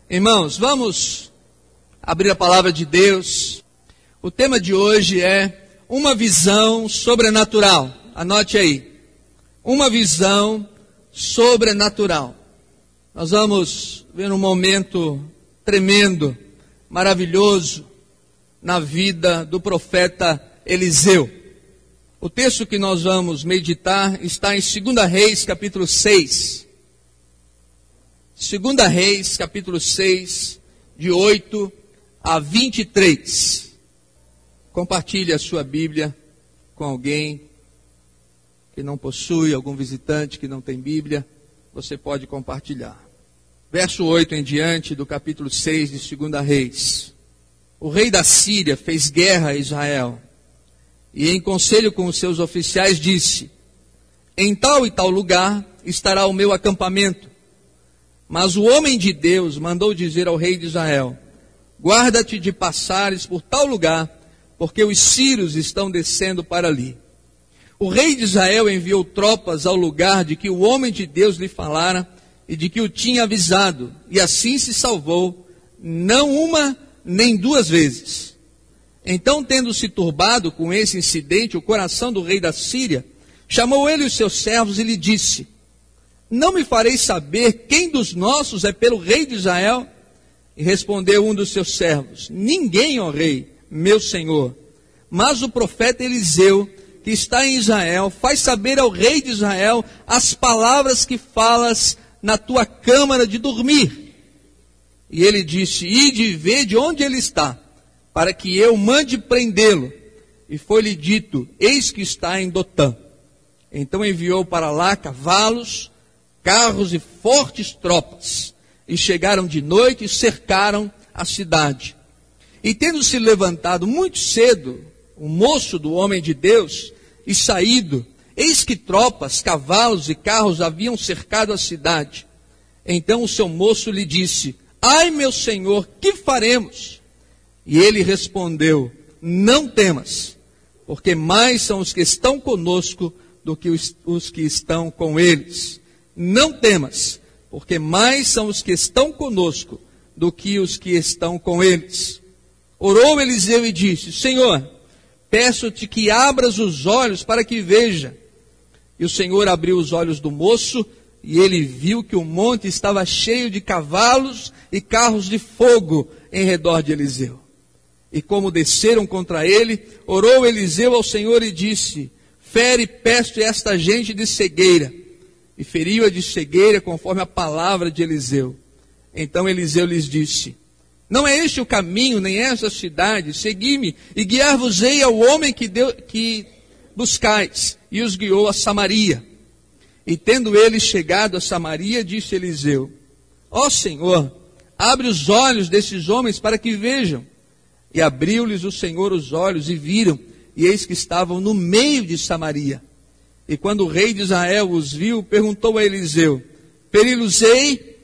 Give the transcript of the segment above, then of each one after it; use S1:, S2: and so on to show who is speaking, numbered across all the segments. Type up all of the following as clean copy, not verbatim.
S1: Irmãos, vamos abrir a palavra de Deus. O tema de hoje é uma visão sobrenatural. Anote aí. Uma visão sobrenatural. Nós vamos ver um momento tremendo, maravilhoso, na vida do profeta Eliseu. O texto que nós vamos meditar está em 2 Reis, capítulo 6. 2 Reis, capítulo 6, de 8 a 23. Compartilhe a sua Bíblia com alguém que não possui, algum visitante que não tem Bíblia, você pode compartilhar. Verso 8 em diante do capítulo 6 de 2 Reis. O rei da Síria fez guerra a Israel e em conselho com os seus oficiais disse: em tal e tal lugar estará o meu acampamento. Mas o homem de Deus mandou dizer ao rei de Israel: guarda-te de passares por tal lugar, porque os sírios estão descendo para ali. O rei de Israel enviou tropas ao lugar de que o homem de Deus lhe falara e de que o tinha avisado, e assim se salvou, não uma nem duas vezes. Então, tendo-se turbado com esse incidente o coração do rei da Síria, chamou ele os seus servos e lhe disse: não me fareis saber quem dos nossos é pelo rei de Israel? E respondeu um dos seus servos: ninguém, ó rei, meu senhor. Mas o profeta Eliseu, que está em Israel, faz saber ao rei de Israel as palavras que falas na tua câmara de dormir. E ele disse: ide e vede onde ele está, para que eu mande prendê-lo. E foi-lhe dito: eis que está em Dotã. Então enviou para lá cavalos, carros e fortes tropas, e chegaram de noite e cercaram a cidade. E tendo se levantado muito cedo o moço do homem de Deus e saído, eis que tropas, cavalos e carros haviam cercado a cidade. Então o seu moço lhe disse: ai, meu senhor, que faremos? E ele respondeu: não temas, porque mais são os que estão conosco do que os que estão com eles. Não temas, porque mais são os que estão conosco do que os que estão com eles. Orou Eliseu e disse: Senhor, peço-te que abras os olhos para que veja. E o Senhor abriu os olhos do moço, e ele viu que o monte estava cheio de cavalos e carros de fogo em redor de Eliseu. E como desceram contra ele, orou Eliseu ao Senhor e disse: fere peste esta gente de cegueira. E feriu-a de cegueira conforme a palavra de Eliseu. Então Eliseu lhes disse: não é este o caminho, nem esta cidade, segui-me e guiar-vos-ei ao homem que buscais. E os guiou a Samaria. E tendo ele chegado a Samaria, disse Eliseu: ó Senhor, abre os olhos desses homens para que vejam. E abriu-lhes o Senhor os olhos e viram, e eis que estavam no meio de Samaria. E quando o rei de Israel os viu, perguntou a Eliseu: feri-los-ei,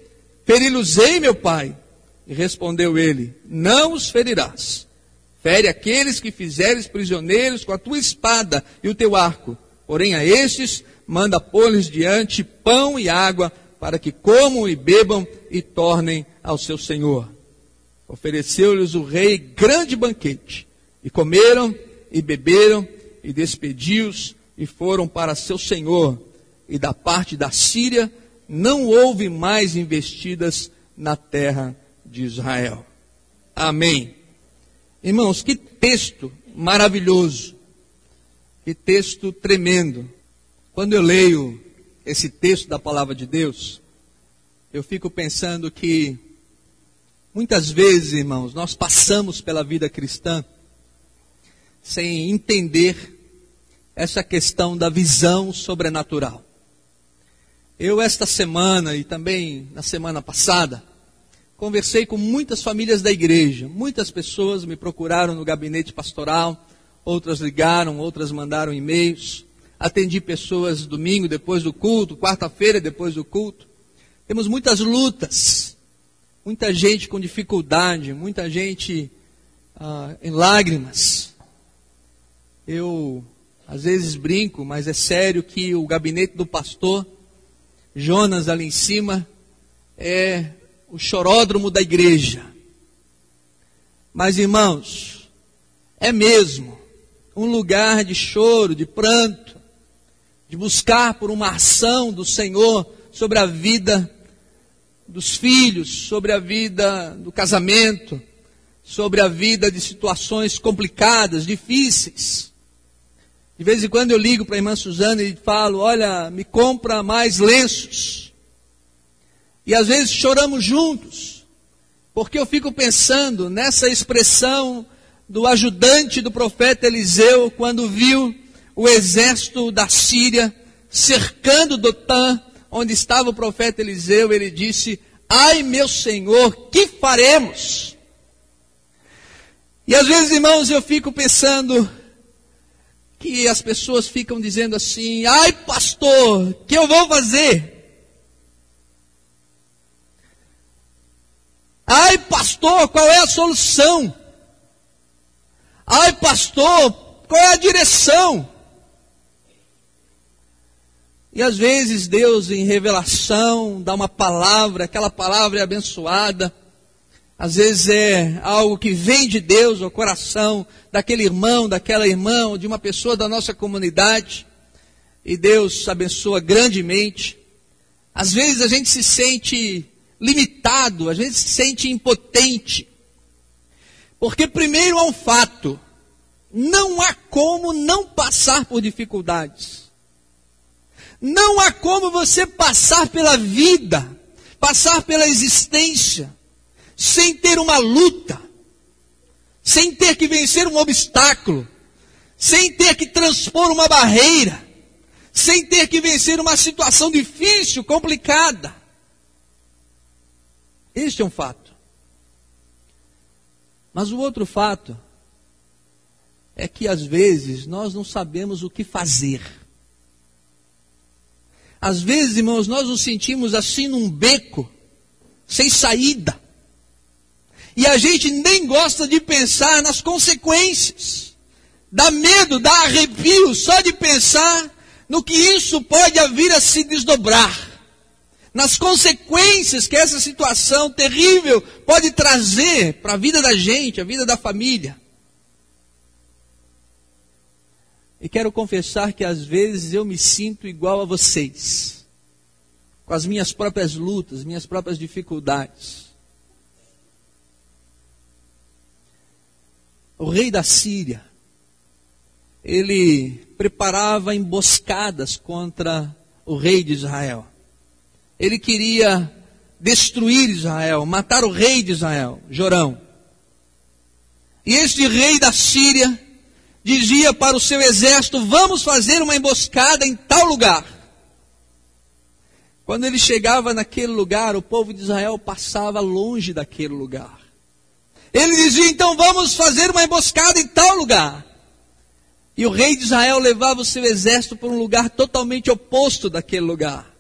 S1: meu pai? E respondeu ele: não os ferirás. Fere aqueles que fizeres prisioneiros com a tua espada e o teu arco. Porém a estes manda pôr-lhes diante pão e água, para que comam e bebam e tornem ao seu senhor. Ofereceu-lhes o rei grande banquete. E comeram e beberam e despediu-os e foram para seu senhor. E da parte da Síria não houve mais investidas na terra de Israel. Amém. Irmãos, que texto maravilhoso. Que texto tremendo. Quando eu leio esse texto da palavra de Deus, eu fico pensando que muitas vezes, irmãos, nós passamos pela vida cristã sem entender essa questão da visão sobrenatural. Eu esta semana e também na semana passada, conversei com muitas famílias da igreja. Muitas pessoas me procuraram no gabinete pastoral, outras ligaram, outras mandaram e-mails. Atendi pessoas domingo depois do culto, quarta-feira depois do culto. Temos muitas lutas, muita gente com dificuldade, muita gente em lágrimas. Eu às vezes brinco, mas é sério que o gabinete do pastor Jonas ali em cima é o choródromo da igreja. Mas, irmãos, é mesmo um lugar de choro, de pranto, de buscar por uma ação do Senhor sobre a vida dos filhos, sobre a vida do casamento, sobre a vida de situações complicadas, difíceis. De vez em quando eu ligo para a irmã Suzana e falo, olha, me compra mais lenços. E às vezes choramos juntos, porque eu fico pensando nessa expressão do ajudante do profeta Eliseu, quando viu o exército da Síria cercando Dotã, onde estava o profeta Eliseu, ele disse, ai meu Senhor, que faremos? E às vezes, irmãos, eu fico pensando que as pessoas ficam dizendo assim, ai pastor, o que eu vou fazer? Ai pastor, qual é a solução? Ai pastor, qual é a direção? E às vezes Deus em revelação dá uma palavra, aquela palavra é abençoada. Às vezes é algo que vem de Deus ao coração daquele irmão, daquela irmã, ou de uma pessoa da nossa comunidade. E Deus abençoa grandemente. Às vezes a gente se sente limitado, a gente se sente impotente. Porque primeiro há um fato, não há como não passar por dificuldades. Não há como você passar pela vida, passar pela existência, sem ter uma luta, sem ter que vencer um obstáculo, sem ter que transpor uma barreira, sem ter que vencer uma situação difícil, complicada. Este é um fato. Mas o outro fato é que às vezes nós não sabemos o que fazer. Às vezes, irmãos, nós nos sentimos assim num beco, sem saída. E a gente nem gosta de pensar nas consequências. Dá medo, dá arrepio só de pensar no que isso pode vir a se desdobrar. Nas consequências que essa situação terrível pode trazer para a vida da gente, a vida da família. E quero confessar que às vezes eu me sinto igual a vocês, com as minhas próprias lutas, minhas próprias dificuldades. O rei da Síria, ele preparava emboscadas contra o rei de Israel. Ele queria destruir Israel, matar o rei de Israel, Jorão. E este rei da Síria dizia para o seu exército, vamos fazer uma emboscada em tal lugar. Quando ele chegava naquele lugar, o povo de Israel passava longe daquele lugar. Ele dizia, então vamos fazer uma emboscada em tal lugar. E o rei de Israel levava o seu exército para um lugar totalmente oposto daquele lugar.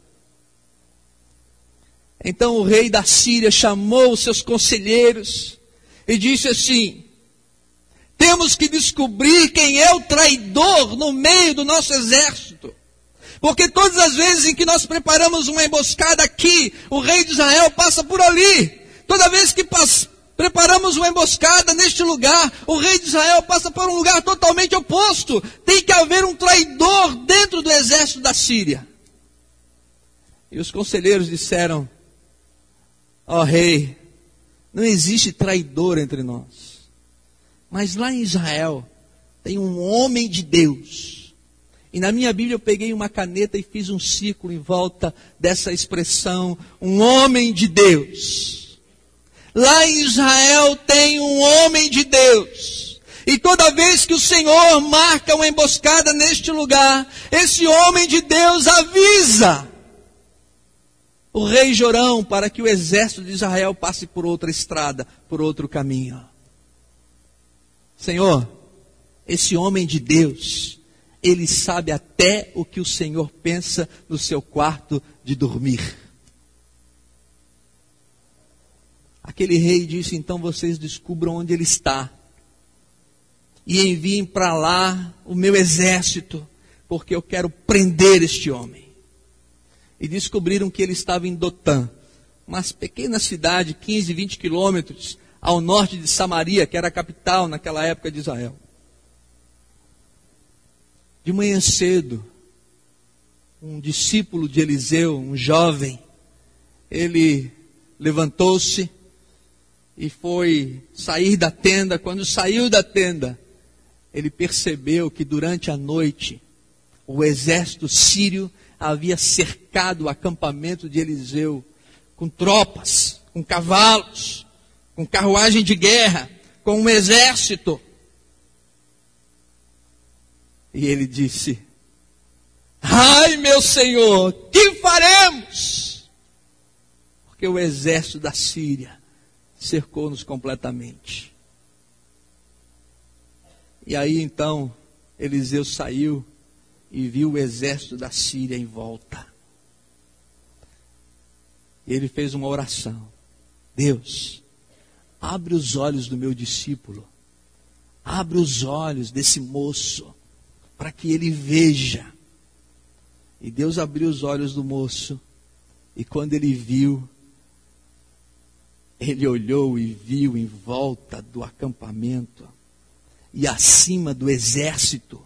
S1: Então o rei da Síria chamou os seus conselheiros e disse assim, temos que descobrir quem é o traidor no meio do nosso exército. Porque todas as vezes em que nós preparamos uma emboscada aqui, o rei de Israel passa por ali. Toda vez que preparamos uma emboscada neste lugar, o rei de Israel passa por um lugar totalmente oposto. Tem que haver um traidor dentro do exército da Síria. E os conselheiros disseram, ó rei, não existe traidor entre nós. Mas lá em Israel tem um homem de Deus. E na minha Bíblia eu peguei uma caneta e fiz um círculo em volta dessa expressão, um homem de Deus. Lá em Israel tem um homem de Deus. E toda vez que o Senhor marca uma emboscada neste lugar, esse homem de Deus avisa o rei Jorão para que o exército de Israel passe por outra estrada, por outro caminho. Senhor, esse homem de Deus, ele sabe até o que o Senhor pensa no seu quarto de dormir. Aquele rei disse, então vocês descubram onde ele está. E enviem para lá o meu exército, porque eu quero prender este homem. E descobriram que ele estava em Dotã, uma pequena cidade, 15, 20 quilômetros ao norte de Samaria, que era a capital naquela época de Israel. De manhã cedo, um discípulo de Eliseu, um jovem, ele levantou-se e foi sair da tenda. Quando saiu da tenda, ele percebeu que durante a noite o exército sírio havia cercado o acampamento de Eliseu com tropas, com cavalos, com carruagem de guerra, com um exército. E ele disse: ai, meu Senhor, que faremos? Porque o exército da Síria cercou-nos completamente. E aí então Eliseu saiu e viu o exército da Síria em volta. E ele fez uma oração: Deus, abre os olhos do meu discípulo, abre os olhos desse moço, para que ele veja. E Deus abriu os olhos do moço, e quando ele viu, ele olhou e viu em volta do acampamento e acima do exército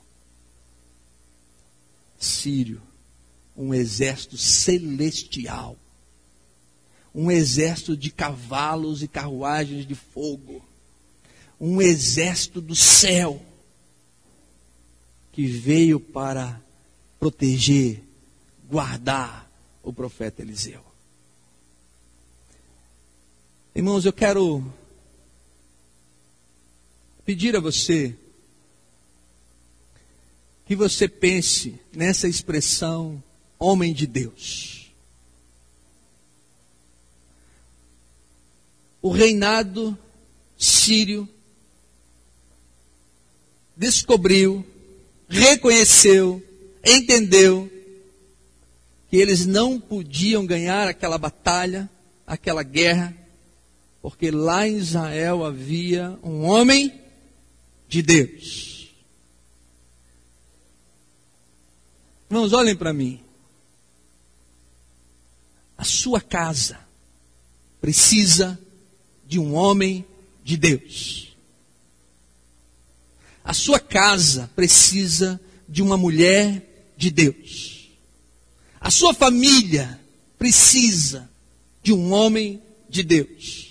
S1: sírio, um exército celestial, um exército de cavalos e carruagens de fogo, um exército do céu, que veio para proteger, guardar o profeta Eliseu. Irmãos, eu quero pedir a você que você pense nessa expressão homem de Deus. O reinado sírio descobriu, reconheceu, entendeu que eles não podiam ganhar aquela batalha, aquela guerra, porque lá em Israel havia um homem de Deus. Irmãos, olhem para mim. A sua casa precisa de um homem de Deus. A sua casa precisa de uma mulher de Deus. A sua família precisa de um homem de Deus.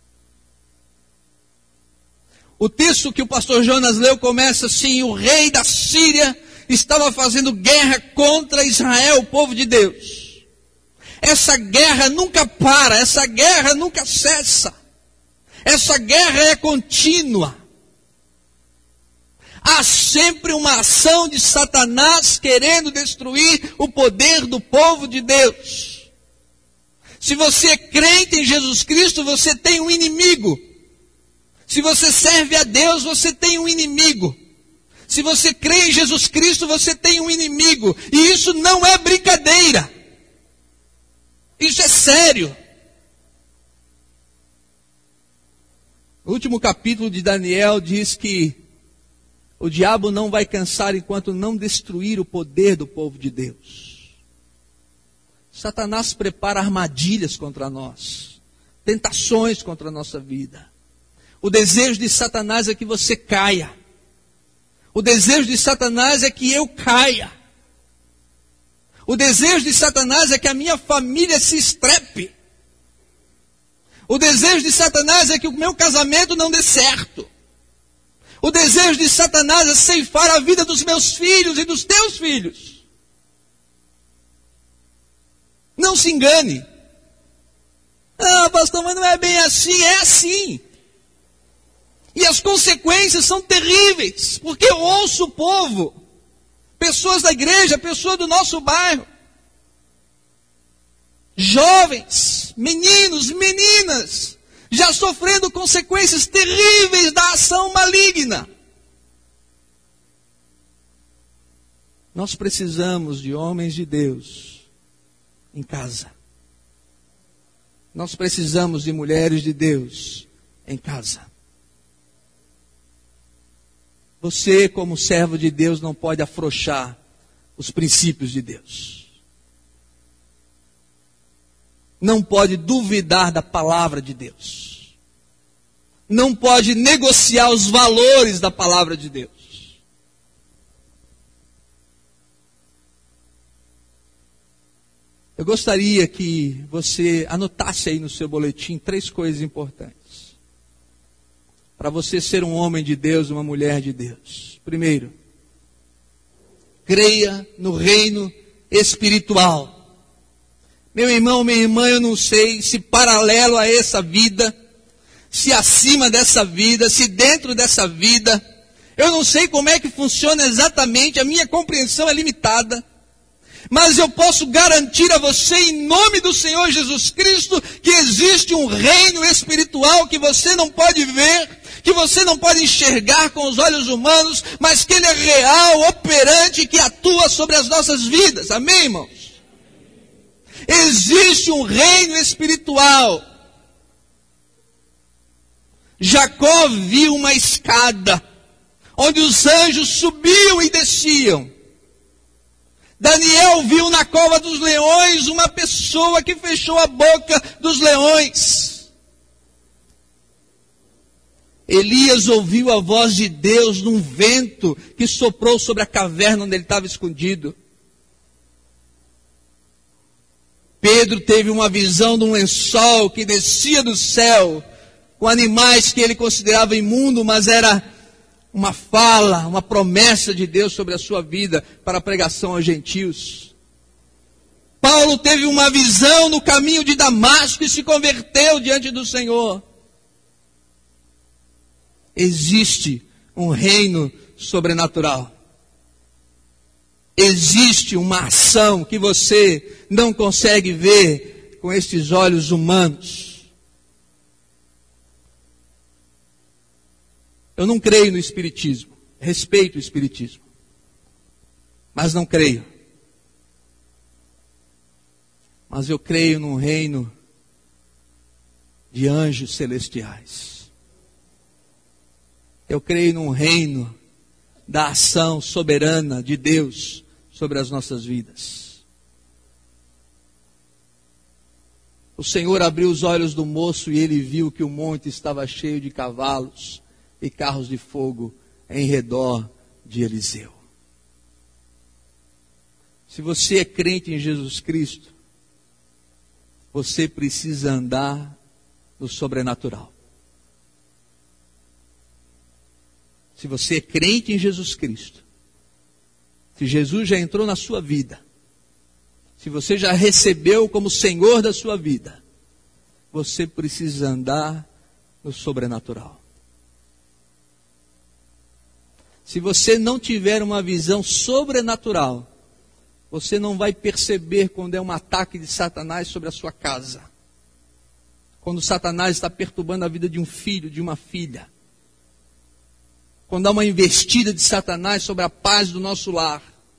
S1: O texto que o pastor Jonas leu começa assim: o rei da Síria estava fazendo guerra contra Israel, o povo de Deus. Essa guerra nunca para, essa guerra nunca cessa. Essa guerra é contínua. Há sempre uma ação de Satanás querendo destruir o poder do povo de Deus. Se você é crente em Jesus Cristo, você tem um inimigo. Se você serve a Deus, você tem um inimigo. Se você crê em Jesus Cristo, você tem um inimigo. E isso não é brincadeira. Isso é sério. O último capítulo de Daniel diz que o diabo não vai cansar enquanto não destruir o poder do povo de Deus. Satanás prepara armadilhas contra nós, tentações contra a nossa vida. O desejo de Satanás é que você caia. O desejo de Satanás é que eu caia. O desejo de Satanás é que a minha família se estrepe. O desejo de Satanás é que o meu casamento não dê certo. O desejo de Satanás é ceifar a vida dos meus filhos e dos teus filhos. Não se engane. Ah, pastor, mas não é bem assim. É assim. E as consequências são terríveis, porque eu ouço o povo, pessoas da igreja, pessoas do nosso bairro, jovens, meninos, meninas, já sofrendo consequências terríveis da ação maligna. Nós precisamos de homens de Deus em casa. Nós precisamos de mulheres de Deus em casa. Você, como servo de Deus, não pode afrouxar os princípios de Deus. não pode duvidar da palavra de Deus. Não pode negociar os valores da palavra de Deus. Eu gostaria que você anotasse aí no seu boletim 3 coisas importantes. Para você ser um homem de Deus, uma mulher de Deus. Primeiro, creia no reino espiritual. Meu irmão, minha irmã, eu não sei se paralelo a essa vida, se acima dessa vida, se dentro dessa vida, eu não sei como é que funciona exatamente, a minha compreensão é limitada, mas eu posso garantir a você, em nome do Senhor Jesus Cristo, que existe um reino espiritual que você não pode ver, que você não pode enxergar com os olhos humanos, mas que ele é real, operante, que atua sobre as nossas vidas. Amém, irmãos? Existe um reino espiritual. Jacó viu uma escada, onde os anjos subiam e desciam. Daniel viu na cova dos leões uma pessoa que fechou a boca dos leões. Elias ouviu a voz de Deus num vento que soprou sobre a caverna onde ele estava escondido. Pedro teve uma visão de um lençol que descia do céu, com animais que ele considerava imundo, mas era uma fala, uma promessa de Deus sobre a sua vida para a pregação aos gentios. Paulo teve uma visão no caminho de Damasco e se converteu diante do Senhor. Existe um reino sobrenatural. Existe uma ação que você não consegue ver com estes olhos humanos. Eu não creio no espiritismo, respeito o espiritismo, mas não creio. Mas eu creio num reino de anjos celestiais. Eu creio num reino da ação soberana de Deus sobre as nossas vidas. O Senhor abriu os olhos do moço e ele viu que o monte estava cheio de cavalos e carros de fogo em redor de Eliseu. Se você é crente em Jesus Cristo, você precisa andar no sobrenatural. Se você é crente em Jesus Cristo, se Jesus já entrou na sua vida, se você já recebeu como Senhor da sua vida, você precisa andar no sobrenatural. Se você não tiver uma visão sobrenatural, você não vai perceber quando é um ataque de Satanás sobre a sua casa. Quando Satanás está perturbando a vida de um filho, de uma filha. Quando há uma investida de Satanás sobre a paz do nosso lar.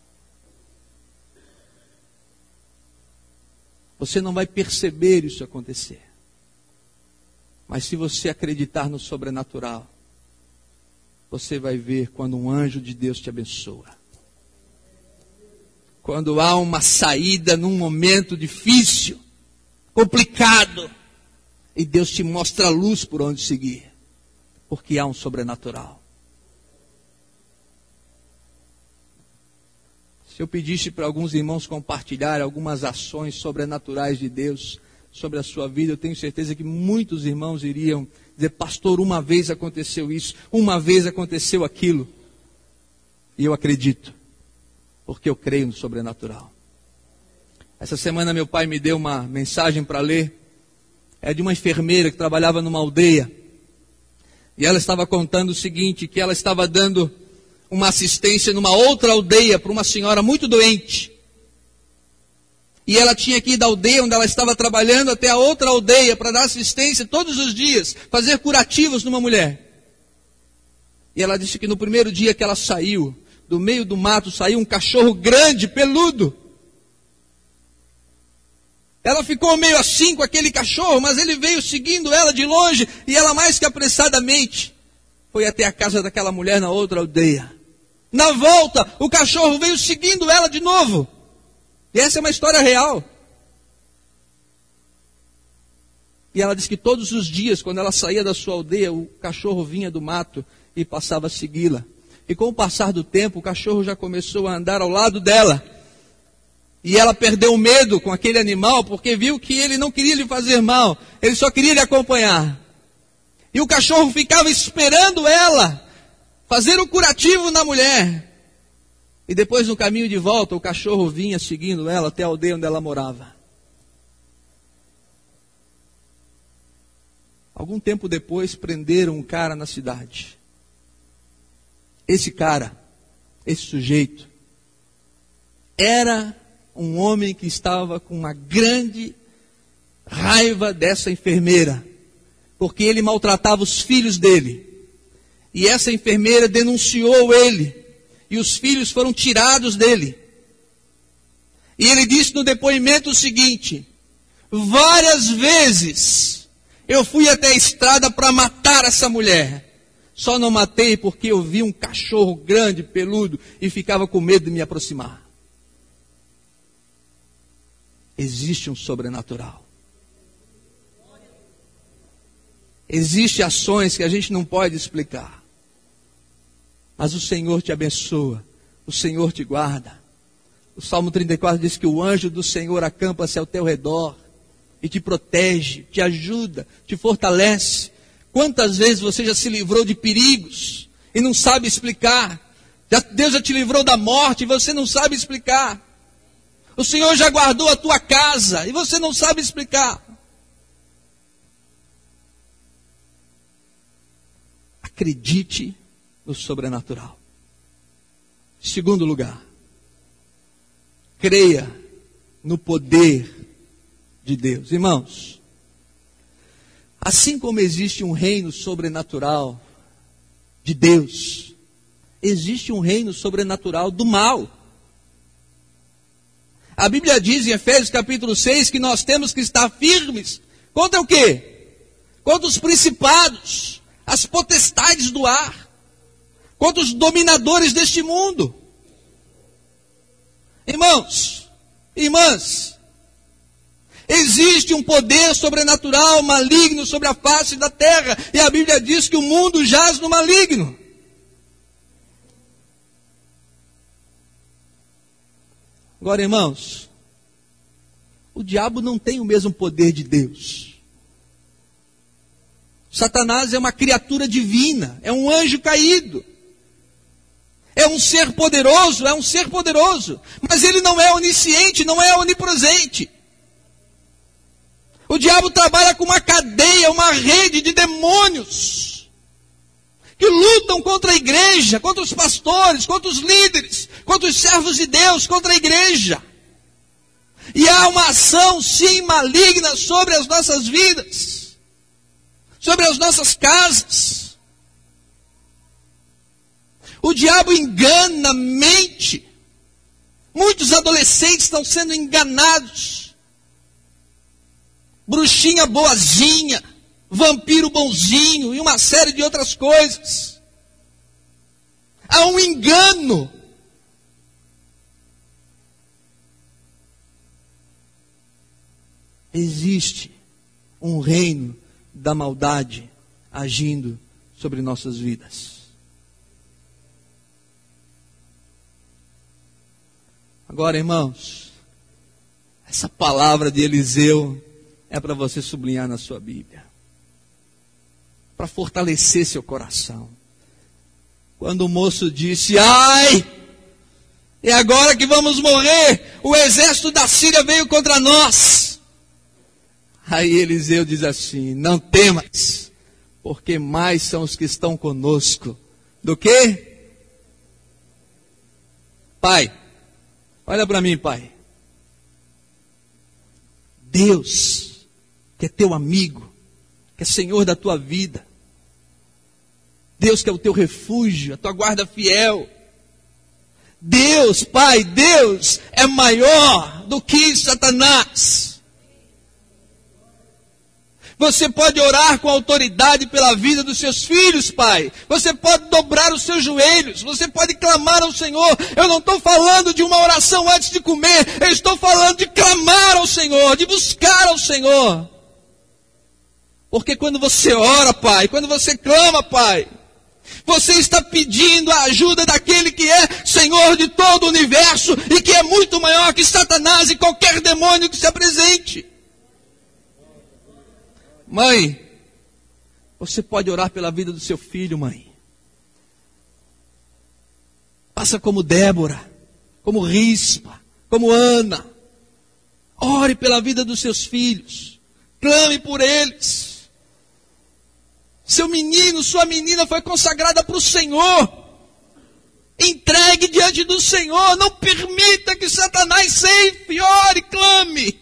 S1: Você não vai perceber isso acontecer. Mas se você acreditar no sobrenatural, você vai ver quando um anjo de Deus te abençoa. Quando há uma saída num momento difícil, complicado, e Deus te mostra a luz por onde seguir, porque há um sobrenatural. Se eu pedisse para alguns irmãos compartilhar algumas ações sobrenaturais de Deus sobre a sua vida, eu tenho certeza que muitos irmãos iriam dizer: pastor, uma vez aconteceu isso, uma vez aconteceu aquilo. E eu acredito, porque eu creio no sobrenatural. Essa semana meu pai me deu uma mensagem para ler. É de uma enfermeira que trabalhava numa aldeia. E ela estava contando o seguinte, que ela estava dando uma assistência numa outra aldeia para uma senhora muito doente. E ela tinha que ir da aldeia onde ela estava trabalhando até a outra aldeia para dar assistência todos os dias, fazer curativos numa mulher. E ela disse que no primeiro dia que ela saiu, do meio do mato saiu um cachorro grande, peludo. Ela ficou meio assim com aquele cachorro, mas ele veio seguindo ela de longe, e ela mais que apressadamente foi até a casa daquela mulher na outra aldeia. Na volta, o cachorro veio seguindo ela de novo. E essa é uma história real. E ela diz que todos os dias, quando ela saía da sua aldeia, o cachorro vinha do mato e passava a segui-la. E com o passar do tempo, o cachorro já começou a andar ao lado dela. E ela perdeu o medo com aquele animal, porque viu que ele não queria lhe fazer mal, ele só queria lhe acompanhar. E o cachorro ficava esperando ela fazer o curativo na mulher. E depois, no caminho de volta, o cachorro vinha seguindo ela até a aldeia onde ela morava. Algum tempo depois, prenderam um cara na cidade. Esse cara, esse sujeito, era um homem que estava com uma grande raiva dessa enfermeira, porque ele maltratava os filhos dele. E essa enfermeira denunciou ele, e os filhos foram tirados dele. E ele disse no depoimento o seguinte: várias vezes eu fui até a estrada para matar essa mulher. Só não matei porque eu vi um cachorro grande, peludo, e ficava com medo de me aproximar. Existe um sobrenatural. Existem ações que a gente não pode explicar. Mas o Senhor te abençoa, o Senhor te guarda. O Salmo 34 diz que o anjo do Senhor acampa-se ao teu redor e te protege, te ajuda, te fortalece. Quantas vezes você já se livrou de perigos e não sabe explicar? Deus já te livrou da morte e você não sabe explicar. O Senhor já guardou a tua casa e você não sabe explicar. Acredite no sobrenatural. Segundo lugar, creia no poder de Deus. Irmãos, assim como existe um reino sobrenatural de Deus, existe um reino sobrenatural do mal. A Bíblia diz em Efésios capítulo 6 que nós temos que estar firmes contra o quê? Contra os principados, as potestades do ar, contra os dominadores deste mundo. Irmãos, irmãs, existe um poder sobrenatural maligno sobre a face da terra, e a Bíblia diz que o mundo jaz no maligno. Agora, irmãos, o diabo não tem o mesmo poder de Deus. Satanás é uma criatura divina, é um anjo caído. É um ser poderoso, mas ele não é onisciente, não é onipresente. O diabo trabalha com uma cadeia, uma rede de demônios que lutam contra a igreja, contra os pastores, contra os líderes, contra os servos de Deus, contra a igreja. E há uma ação, sim, maligna sobre as nossas vidas, sobre as nossas casas. O diabo engana, mente. Muitos adolescentes estão sendo enganados. Bruxinha boazinha, vampiro bonzinho e uma série de outras coisas. Há um engano. Existe um reino da maldade agindo sobre nossas vidas. Agora, irmãos, essa palavra de Eliseu é para você sublinhar na sua Bíblia, para fortalecer seu coração. Quando o moço disse: ai, é agora que vamos morrer, o exército da Síria veio contra nós. Aí Eliseu diz assim: não temas, porque mais são os que estão conosco do que? Pai, olha para mim, pai. Deus, que é teu amigo, que é Senhor da tua vida. Deus que é o teu refúgio, a tua guarda fiel. Deus, Pai, Deus é maior do que Satanás. Você pode orar com autoridade pela vida dos seus filhos, pai. Você pode dobrar os seus joelhos. Você pode clamar ao Senhor. Eu não estou falando de uma oração antes de comer. Eu estou falando de clamar ao Senhor, de buscar ao Senhor. Porque quando você ora, Pai, quando você clama, Pai, você está pedindo a ajuda daquele que é Senhor de todo o universo e que é muito maior que Satanás e qualquer demônio que se apresente. Mãe, você pode orar pela vida do seu filho, mãe. Faça como Débora, como Rispa, como Ana. Ore pela vida dos seus filhos. Clame por eles. Seu menino, sua menina foi consagrada para o Senhor. Entregue diante do Senhor. Não permita que Satanás ceife. Ore, clame.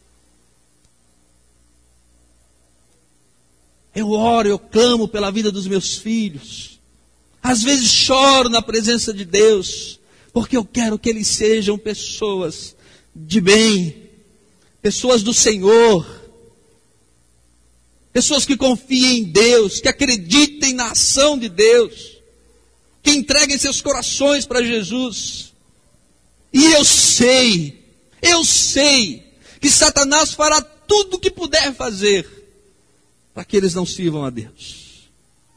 S1: Eu oro, eu clamo pela vida dos meus filhos. Às vezes choro na presença de Deus, porque eu quero que eles sejam pessoas de bem, pessoas do Senhor. Pessoas que confiem em Deus, que acreditem na ação de Deus, que entreguem seus corações para Jesus. E eu sei que Satanás fará tudo o que puder fazer para que eles não sirvam a Deus.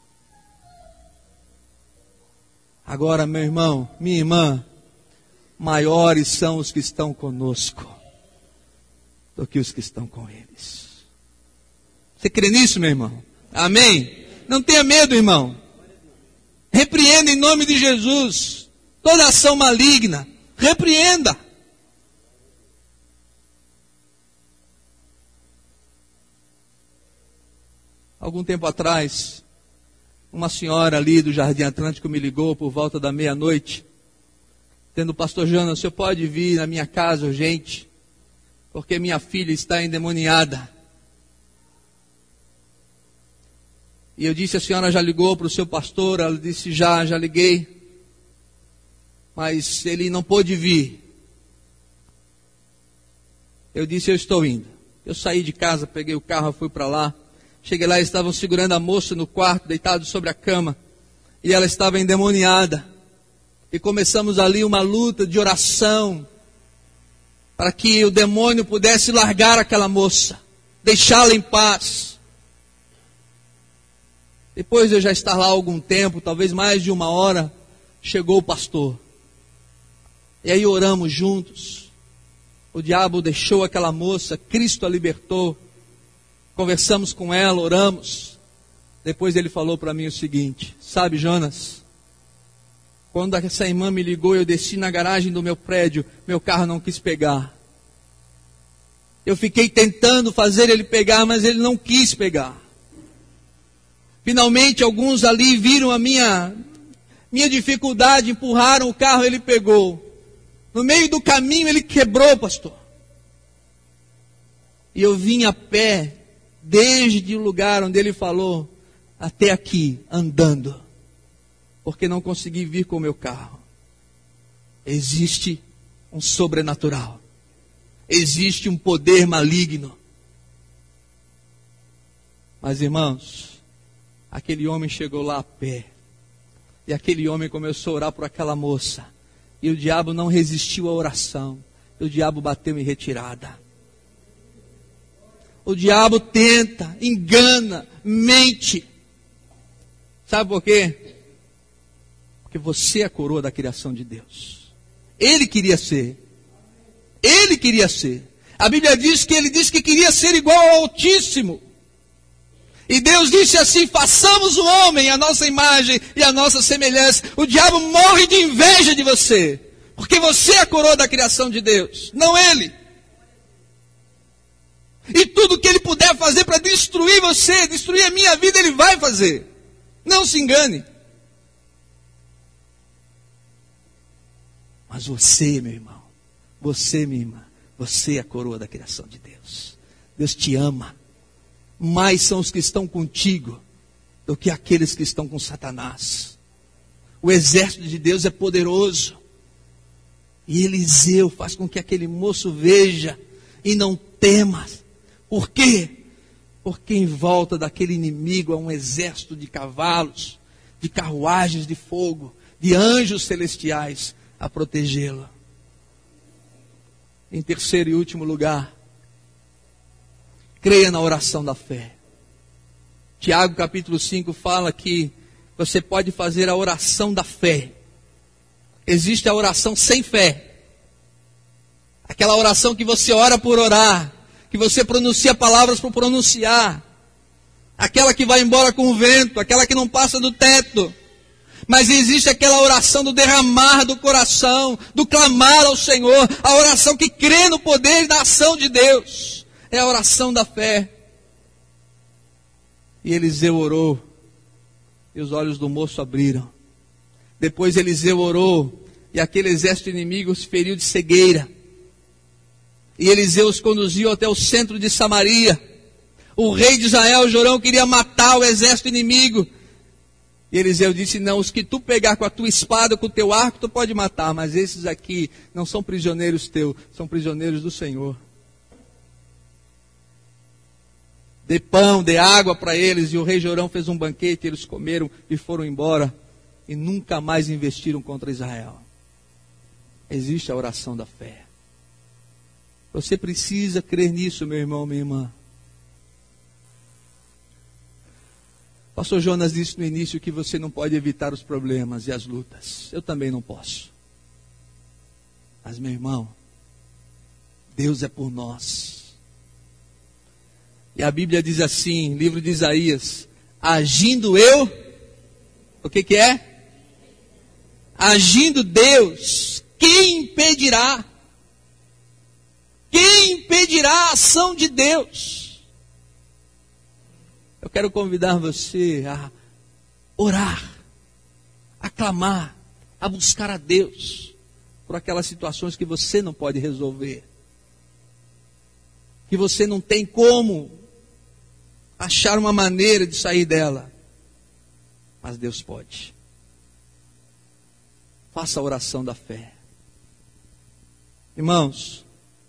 S1: Agora, meu irmão, minha irmã, maiores são os que estão conosco do que os que estão com eles. Você crê nisso, meu irmão? Amém? Não tenha medo, irmão. Repreenda em nome de Jesus toda ação maligna. Repreenda. Algum tempo atrás, uma senhora ali do Jardim Atlântico me ligou por volta da meia-noite, dizendo: pastor Jonas, o senhor pode vir na minha casa urgente, porque minha filha está endemoniada. E eu disse: a senhora já ligou para o seu pastor? Ela disse: já liguei, mas ele não pôde vir. Eu disse: eu estou indo. Eu saí de casa, peguei o carro, fui para lá. Cheguei lá, estavam segurando a moça no quarto, deitado sobre a cama, e ela estava endemoniada. E começamos ali uma luta de oração, para que o demônio pudesse largar aquela moça, deixá-la em paz. Depois de eu já estar lá há algum tempo, talvez mais de 1 hora, chegou o pastor. E aí oramos juntos. O diabo deixou aquela moça, Cristo a libertou. Conversamos com ela, oramos. Depois ele falou para mim o seguinte: sabe, Jonas, quando essa irmã me ligou, eu desci na garagem do meu prédio, meu carro não quis pegar. Eu fiquei tentando fazer ele pegar, mas ele não quis pegar. Finalmente, alguns ali viram a minha dificuldade, empurraram o carro, ele pegou. No meio do caminho ele quebrou, pastor. E eu vim a pé, desde o lugar onde ele falou, até aqui, andando. Porque não consegui vir com o meu carro. Existe um sobrenatural. Existe um poder maligno. Mas, irmãos, aquele homem chegou lá a pé. E aquele homem começou a orar por aquela moça. E o diabo não resistiu à oração. E o diabo bateu em retirada. O diabo tenta, engana, mente. Sabe por quê? Porque você é a coroa da criação de Deus. Ele queria ser. Ele queria ser. A Bíblia diz que ele disse que queria ser igual ao Altíssimo. E Deus disse assim: façamos o homem a nossa imagem e a nossa semelhança. O diabo morre de inveja de você, porque você é a coroa da criação de Deus, não ele. E tudo que ele puder fazer para destruir você, destruir a minha vida, ele vai fazer. Não se engane. Mas você, meu irmão, você, minha irmã, você é a coroa da criação de Deus. Deus te ama. Mais são os que estão contigo do que aqueles que estão com Satanás. O exército de Deus é poderoso. E Eliseu faz com que aquele moço veja e não tema. Por quê? Porque em volta daquele inimigo há um exército de cavalos, de carruagens de fogo, de anjos celestiais a protegê-lo. Em terceiro e último lugar, creia na oração da fé. Tiago capítulo 5 fala que você pode fazer a oração da fé. Existe a oração sem fé. Aquela oração que você ora por orar, que você pronuncia palavras por pronunciar. Aquela que vai embora com o vento, aquela que não passa do teto. Mas existe aquela oração do derramar do coração, do clamar ao Senhor, a oração que crê no poder e na ação de Deus. É a oração da fé. E Eliseu orou, e os olhos do moço abriram. Depois Eliseu orou, e aquele exército inimigo se feriu de cegueira. E Eliseu os conduziu até o centro de Samaria. O rei de Israel, Jorão, queria matar o exército inimigo. E Eliseu disse, não, os que tu pegar com a tua espada, com o teu arco, tu pode matar. Mas esses aqui não são prisioneiros teus, são prisioneiros do Senhor. Dê pão, dê água para eles. E o rei Jorão fez um banquete, eles comeram e foram embora. E nunca mais investiram contra Israel. Existe a oração da fé. Você precisa crer nisso, meu irmão, minha irmã. Pastor Jonas disse no início que você não pode evitar os problemas e as lutas. Eu também não posso. Mas, meu irmão, Deus é por nós. E a Bíblia diz assim, livro de Isaías, agindo eu, o que é? Agindo Deus, quem impedirá? Quem impedirá a ação de Deus? Eu quero convidar você a orar, a clamar, a buscar a Deus por aquelas situações que você não pode resolver, que você não tem como achar uma maneira de sair dela, mas Deus pode. Faça a oração da fé. Irmãos,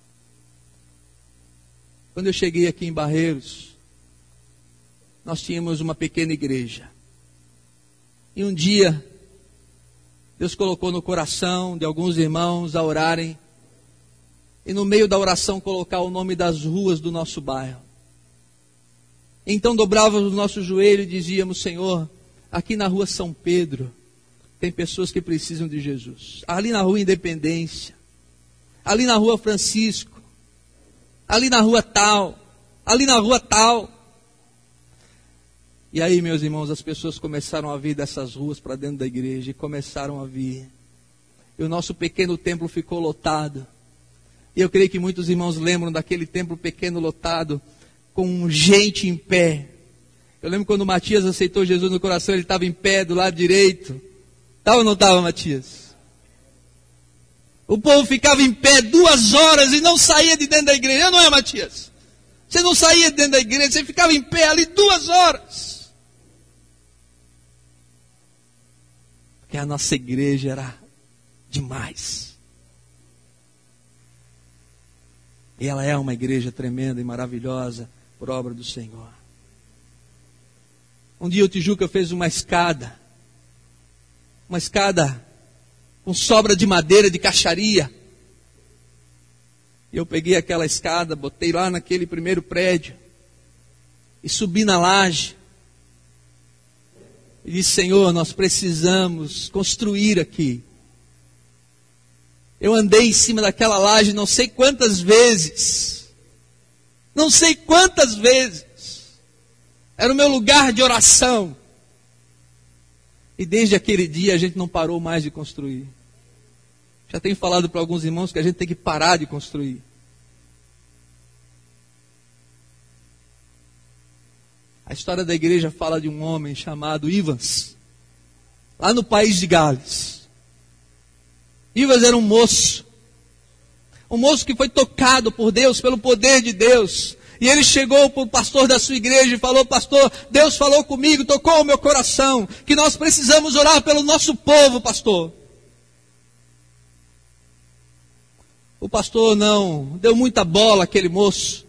S1: quando eu cheguei aqui em Barreiros, nós tínhamos uma pequena igreja. E um dia, Deus colocou no coração de alguns irmãos a orarem, e no meio da oração colocar o nome das ruas do nosso bairro. Então dobrávamos o nosso joelho e dizíamos, Senhor, aqui na rua São Pedro, tem pessoas que precisam de Jesus. Ali na rua Independência, ali na rua Francisco, ali na rua tal, ali na rua tal. E aí, meus irmãos, as pessoas começaram a vir dessas ruas para dentro da igreja, e começaram a vir. E o nosso pequeno templo ficou lotado. E eu creio que muitos irmãos lembram daquele templo pequeno lotado, com gente em pé. Eu lembro quando o Matias aceitou Jesus no coração, ele estava em pé do lado direito. Estava ou não estava, Matias? O povo ficava em pé 2 horas e não saía de dentro da igreja, não é, Matias? Você não saía de dentro da igreja, você ficava em pé ali 2 horas. Porque a nossa igreja era demais. E ela é uma igreja tremenda e maravilhosa por obra do Senhor. Um dia o Tijuca fez uma escada com sobra de madeira de caixaria. E eu peguei aquela escada, botei lá naquele primeiro prédio e subi na laje. E disse, Senhor, nós precisamos construir aqui. Eu andei em cima daquela laje não sei quantas vezes. Não sei quantas vezes. Era o meu lugar de oração. E desde aquele dia a gente não parou mais de construir. Já tenho falado para alguns irmãos que a gente tem que parar de construir. A história da igreja fala de um homem chamado Ivans, lá no país de Gales. Ivans era um moço que foi tocado por Deus, pelo poder de Deus. E ele chegou para o pastor da sua igreja e falou, pastor, Deus falou comigo, tocou o meu coração, que nós precisamos orar pelo nosso povo, pastor. O pastor não deu muita bola àquele moço.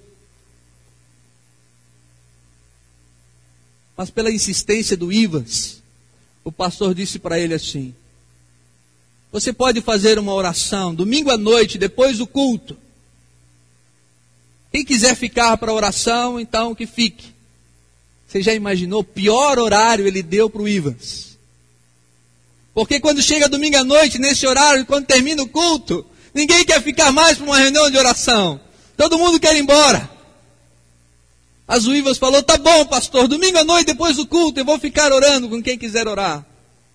S1: Mas pela insistência do Ivans, o pastor disse para ele assim, você pode fazer uma oração domingo à noite, depois do culto. Quem quiser ficar para a oração, então que fique. Você já imaginou? O pior horário ele deu para o Ivans. Porque quando chega domingo à noite, nesse horário, quando termina o culto, ninguém quer ficar mais para uma reunião de oração. Todo mundo quer ir embora. Mas o Ivans falou, tá bom, pastor, domingo à noite, depois do culto, eu vou ficar orando com quem quiser orar.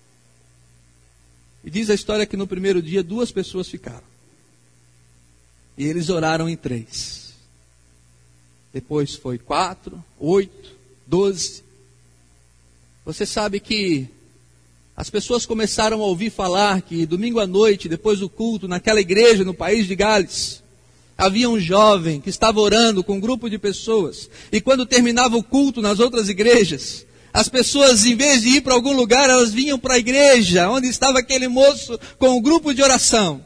S1: E diz a história que no primeiro dia 2 pessoas ficaram. E eles oraram em 3. Depois foi 4, 8, 12. Você sabe que as pessoas começaram a ouvir falar que domingo à noite, depois do culto, naquela igreja no país de Gales, havia um jovem que estava orando com um grupo de pessoas. E quando terminava o culto nas outras igrejas, as pessoas, em vez de ir para algum lugar, elas vinham para a igreja, onde estava aquele moço com um grupo de oração.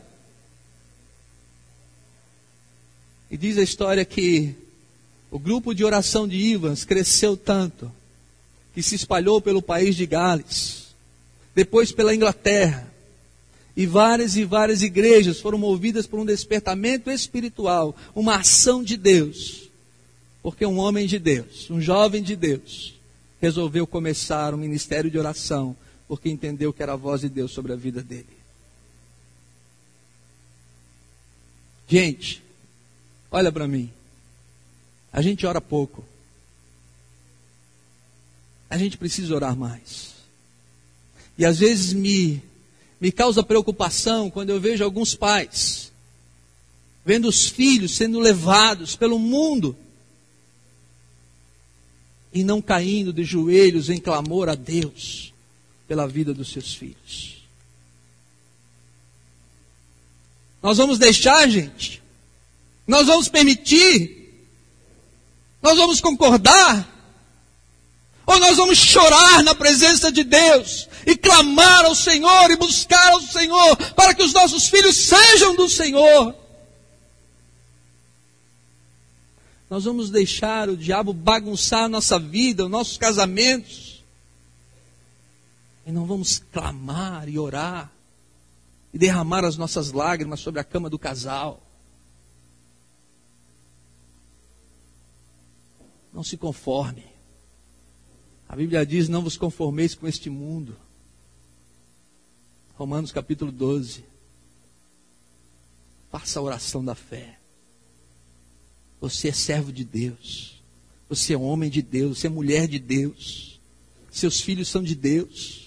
S1: E diz a história que o grupo de oração de Ivans cresceu tanto, que se espalhou pelo país de Gales, depois pela Inglaterra. E várias igrejas foram movidas por um despertamento espiritual, uma ação de Deus. Porque um homem de Deus, um jovem de Deus, resolveu começar um ministério de oração, porque entendeu que era a voz de Deus sobre a vida dele. Gente, olha para mim. A gente ora pouco. A gente precisa orar mais. E às vezes me causa preocupação quando eu vejo alguns pais vendo os filhos sendo levados pelo mundo e não caindo de joelhos em clamor a Deus pela vida dos seus filhos. Nós vamos deixar, gente? Nós vamos permitir? Nós vamos concordar? Ou nós vamos chorar na presença de Deus e clamar ao Senhor e buscar ao Senhor para que os nossos filhos sejam do Senhor? Nós vamos deixar o diabo bagunçar a nossa vida, os nossos casamentos, e não vamos clamar e orar e derramar as nossas lágrimas sobre a cama do casal? Não se conforme. A Bíblia diz, não vos conformeis com este mundo. Romanos capítulo 12. Faça a oração da fé. Você é servo de Deus. Você é homem de Deus. Você é mulher de Deus. Seus filhos são de Deus.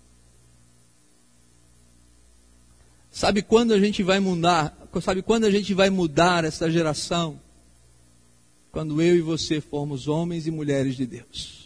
S1: Sabe quando a gente vai mudar? Sabe quando a gente vai mudar essa geração? Quando eu e você formos homens e mulheres de Deus.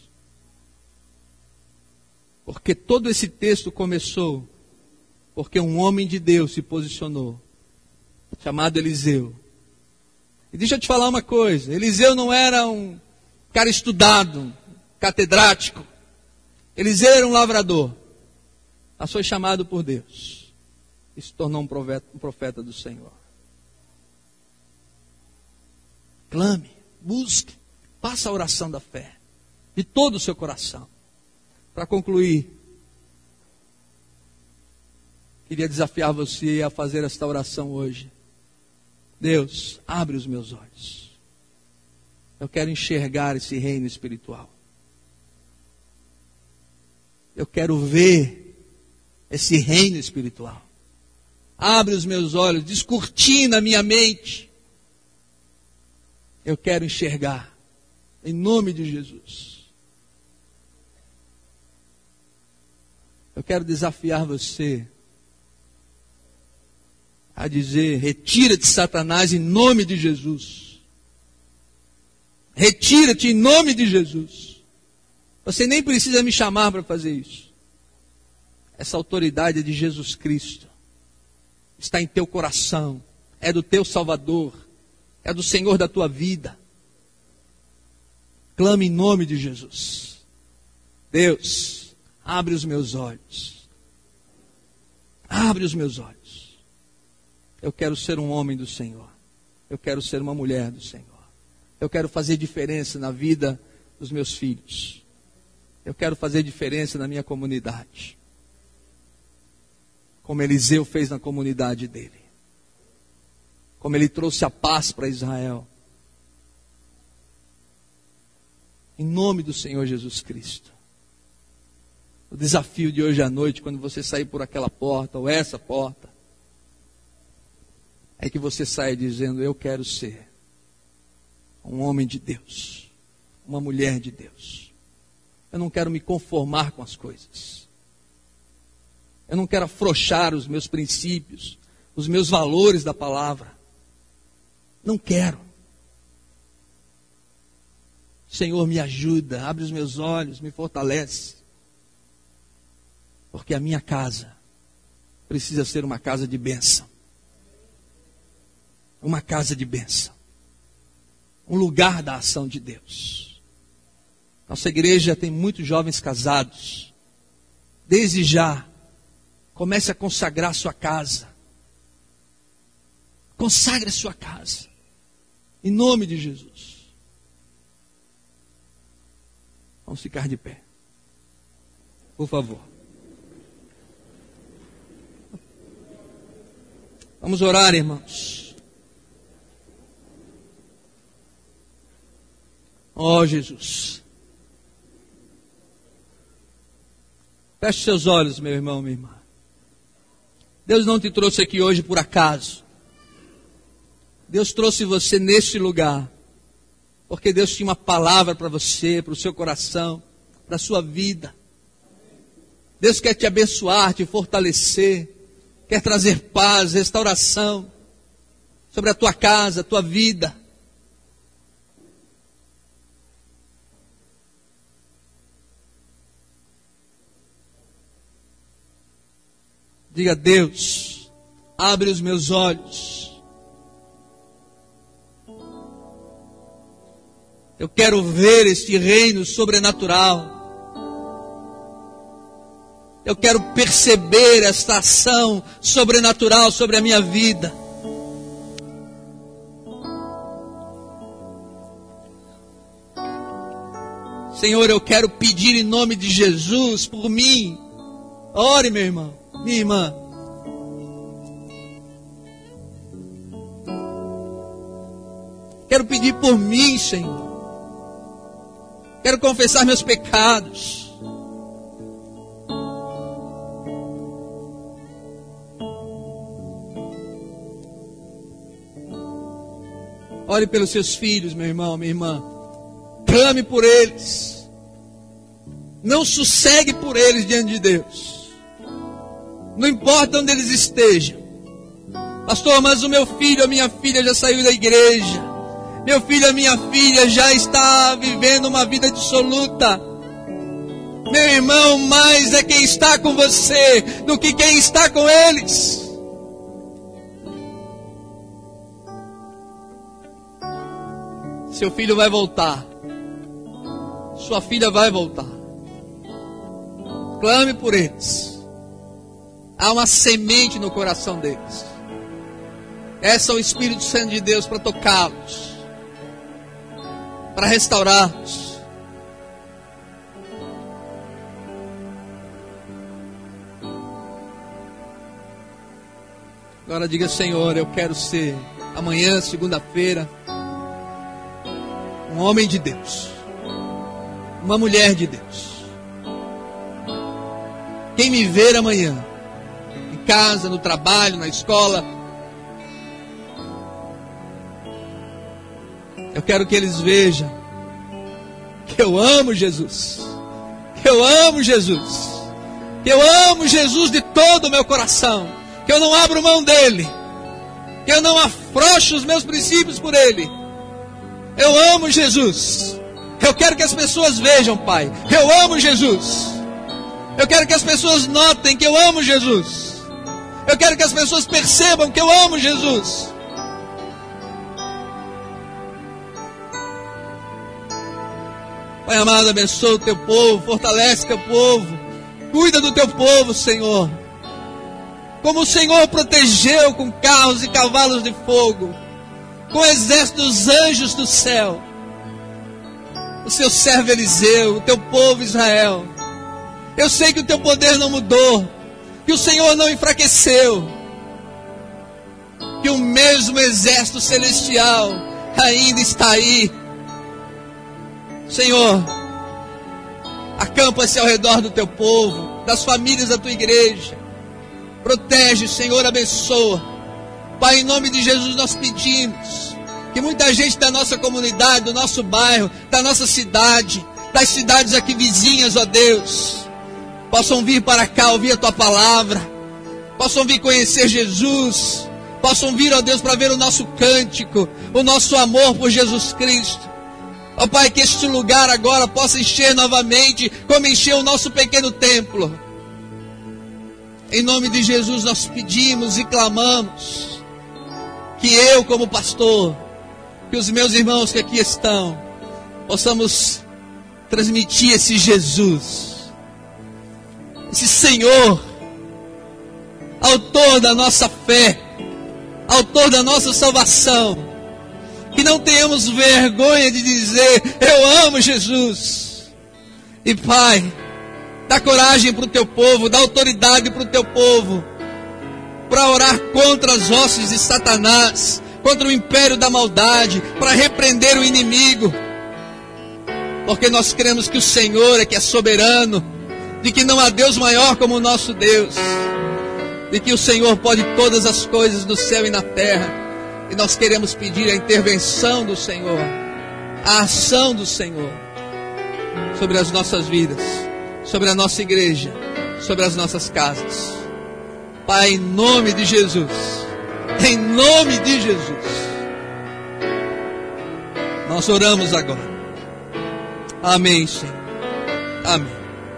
S1: Porque todo esse texto começou porque um homem de Deus se posicionou, chamado Eliseu. E deixa eu te falar uma coisa, Eliseu não era um cara estudado, catedrático. Eliseu era um lavrador, mas foi chamado por Deus e se tornou um profeta do Senhor. Clame, busque, faça a oração da fé, de todo o seu coração. Para concluir, queria desafiar você a fazer esta oração hoje. Deus, abre os meus olhos. Eu quero enxergar esse reino espiritual. Eu quero ver esse reino espiritual. Abre os meus olhos, descortina a minha mente. Eu quero enxergar, em nome de Jesus. Eu quero desafiar você a dizer, retira-te, Satanás, em nome de Jesus. Retira-te em nome de Jesus. Você nem precisa me chamar para fazer isso. Essa autoridade é de Jesus Cristo. Está em teu coração. É do teu Salvador. É do Senhor da tua vida. Clame em nome de Jesus. Deus, abre os meus olhos. Abre os meus olhos. Eu quero ser um homem do Senhor. Eu quero ser uma mulher do Senhor. Eu quero fazer diferença na vida dos meus filhos. Eu quero fazer diferença na minha comunidade. Como Eliseu fez na comunidade dele. Como ele trouxe a paz para Israel. Em nome do Senhor Jesus Cristo. O desafio de hoje à noite, quando você sair por aquela porta ou essa porta, é que você saia dizendo: eu quero ser um homem de Deus, uma mulher de Deus. Eu não quero me conformar com as coisas. Eu não quero afrouxar os meus princípios, os meus valores da palavra. Não quero. Senhor, me ajuda, abre os meus olhos, me fortalece. Porque a minha casa precisa ser uma casa de bênção. Uma casa de bênção. Um lugar da ação de Deus. Nossa igreja tem muitos jovens casados. Desde já, comece a consagrar sua casa. Consagre a sua casa. Em nome de Jesus. Vamos ficar de pé. Por favor. Vamos orar, irmãos. Ó Jesus. Feche seus olhos, meu irmão, minha irmã. Deus não te trouxe aqui hoje por acaso. Deus trouxe você neste lugar porque Deus tinha uma palavra para você, para o seu coração, para a sua vida. Deus quer te abençoar, te fortalecer, quer trazer paz, restauração sobre a tua casa, a tua vida. Diga: Deus, abre os meus olhos. Eu quero ver este reino sobrenatural. Eu quero perceber esta ação sobrenatural sobre a minha vida. Senhor, eu quero pedir em nome de Jesus por mim. Ore, meu irmão, minha irmã. Quero pedir por mim, Senhor. Quero confessar meus pecados. Ore pelos seus filhos, meu irmão, minha irmã. Clame por eles. Não sossegue por eles diante de Deus. Não importa onde eles estejam. Pastor, mas o meu filho, a minha filha já saiu da igreja. Meu filho, a minha filha já está vivendo uma vida dissoluta. Meu irmão, mais é quem está com você do que quem está com eles. Seu filho vai voltar. Sua filha vai voltar. Clame por eles. Há uma semente no coração deles. Esse é o Espírito Santo de Deus para tocá-los, para restaurá-los. Agora diga: Senhor, eu quero ser amanhã, segunda-feira, um homem de Deus, uma mulher de Deus. Quem me ver amanhã, em casa, no trabalho, na escola, eu quero que eles vejam que eu amo Jesus, que eu amo Jesus, que eu amo Jesus de todo o meu coração, que eu não abro mão dele, que eu não afrouxo os meus princípios por ele. Eu amo Jesus. Eu quero que as pessoas vejam, Pai, que eu amo Jesus. Eu quero que as pessoas notem que eu amo Jesus. Eu quero que as pessoas percebam que eu amo Jesus. Pai amado, abençoa o teu povo, fortalece o teu povo, cuida do teu povo, Senhor. Como o Senhor protegeu com carros e cavalos de fogo, com o exército dos anjos do céu, o seu servo Eliseu, o teu povo Israel. Eu sei que o teu poder não mudou, que o Senhor não enfraqueceu, que o mesmo exército celestial ainda está aí. Senhor, acampa-se ao redor do teu povo, das famílias da tua igreja. Protege, Senhor, abençoa. Pai, em nome de Jesus nós pedimos que muita gente da nossa comunidade, do nosso bairro, da nossa cidade, das cidades aqui vizinhas, ó Deus, possam vir para cá ouvir a tua palavra, possam vir conhecer Jesus, possam vir, ó Deus, para ver o nosso cântico, o nosso amor por Jesus Cristo. Ó Pai, que este lugar agora possa encher novamente, como encheu o nosso pequeno templo. Em nome de Jesus nós pedimos e clamamos que eu, como pastor, que os meus irmãos que aqui estão, possamos transmitir esse Jesus, esse Senhor, autor da nossa fé, autor da nossa salvação. Que não tenhamos vergonha de dizer: eu amo Jesus. E Pai, dá coragem para o teu povo, dá autoridade para o teu povo, para orar contra as hostes de Satanás, contra o império da maldade, para repreender o inimigo. Porque nós cremos que o Senhor é que é soberano, de que não há Deus maior como o nosso Deus, de que o Senhor pode todas as coisas no céu e na terra. E nós queremos pedir a intervenção do Senhor, a ação do Senhor sobre as nossas vidas, sobre a nossa igreja, sobre as nossas casas. Pai, em nome de Jesus, em nome de Jesus, nós oramos agora. Amém, Senhor. Amém.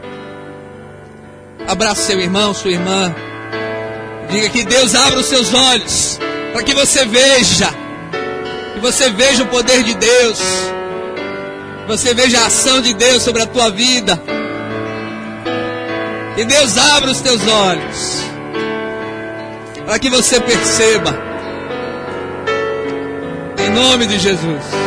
S1: Abraça seu irmão, sua irmã. Diga que Deus abra os seus olhos, para que você veja o poder de Deus, que você veja a ação de Deus sobre a tua vida. Que Deus abra os teus olhos, para que você perceba, em nome de Jesus.